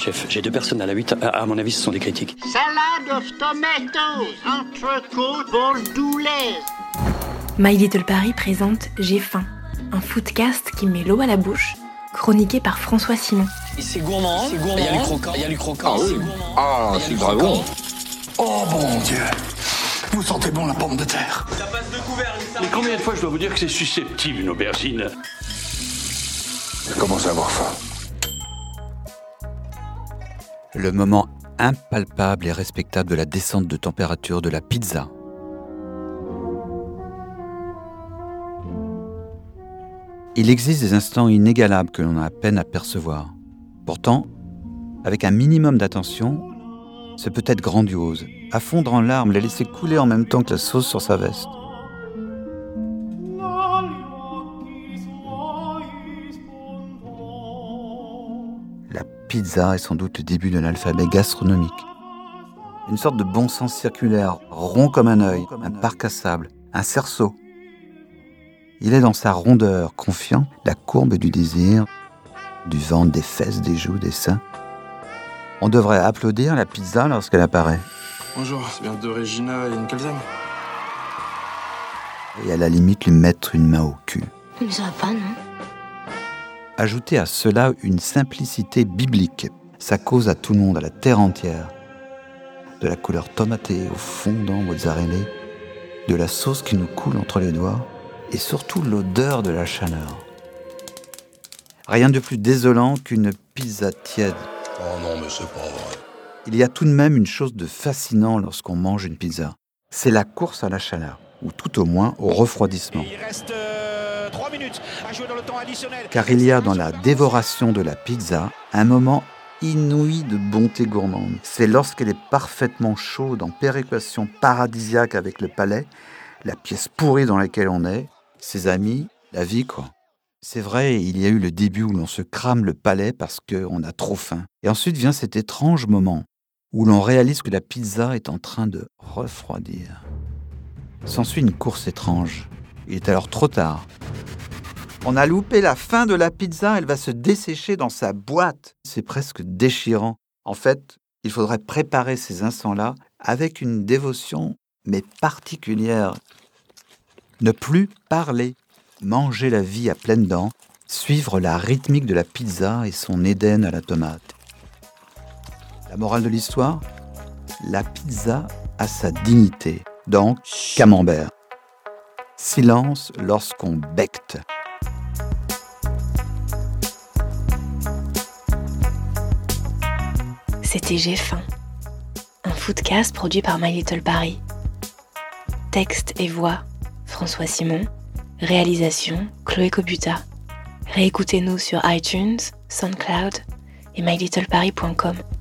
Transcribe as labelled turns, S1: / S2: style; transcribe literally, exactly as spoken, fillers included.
S1: Chef, j'ai deux personnes à la huit. À, à mon avis, ce sont des critiques.
S2: Salade of tomatoes, entrecôte bordelaise.
S3: My Little Paris présente J'ai faim, un foodcast qui met l'eau à la bouche, chroniqué par François Simon.
S4: C'est gourmand, c'est gourmand. Il y a du croquant, il y a du croquant.
S5: Ah oui. Ah, c'est grave bon.
S6: Oh bon Dieu, vous sentez bon la pomme de terre.
S4: Ça passe de couvert, ça.
S7: Mais combien de fois je dois vous dire que c'est susceptible une aubergine?
S6: Je commence à avoir faim.
S8: Le moment impalpable et respectable de la descente de température de la pizza. Il existe des instants inégalables que l'on a à peine à percevoir. Pourtant, avec un minimum d'attention, c'est peut-être grandiose. À fondre en larmes, la laisser couler en même temps que la sauce sur sa veste. La pizza est sans doute le début de l'alphabet gastronomique. Une sorte de bon sens circulaire, rond comme un œil, un parc à sable, un cerceau. Il est dans sa rondeur, confiant, la courbe du désir, du ventre, des fesses, des joues, des seins. On devrait applaudir la pizza lorsqu'elle apparaît.
S9: Bonjour, c'est bien de Regina et une calzone.
S8: Et à la limite lui mettre une main au cul.
S10: Mais ça va pas, non?
S8: Ajouter à cela une simplicité biblique. Ça cause à tout le monde, à la terre entière. De la couleur tomatée au fondant mozzarella, de la sauce qui nous coule entre les doigts, et surtout l'odeur de la chaleur. Rien de plus désolant qu'une pizza tiède.
S6: Oh non, mais c'est pas vrai.
S8: Il y a tout de même une chose de fascinant lorsqu'on mange une pizza. C'est la course à la chaleur, ou tout au moins au refroidissement.
S11: Il reste euh, trois minutes à jouer dans le temps additionnel.
S8: Car il y a dans la dévoration de la pizza un moment inouï de bonté gourmande. C'est lorsqu'elle est parfaitement chaude, en péréquation paradisiaque avec le palais, la pièce pourrie dans laquelle on est, ses amis, la vie, quoi. C'est vrai, il y a eu le début où l'on se crame le palais parce qu'on a trop faim. Et ensuite vient cet étrange moment où l'on réalise que la pizza est en train de refroidir. S'ensuit une course étrange. Il est alors trop tard. On a loupé la fin de la pizza, elle va se dessécher dans sa boîte. C'est presque déchirant. En fait, il faudrait préparer ces instants-là avec une dévotion, mais particulière. Ne plus parler. Manger la vie à pleines dents, suivre la rythmique de la pizza et son Éden à la tomate. La morale de l'histoire ? La pizza a sa dignité, donc camembert. Silence lorsqu'on becte.
S3: C'était J'ai faim, un foodcast produit par My Little Paris. Texte et voix, François Simon. Réalisation, Chloé Cobuta. Réécoutez-nous sur iTunes, SoundCloud et my little paris point com.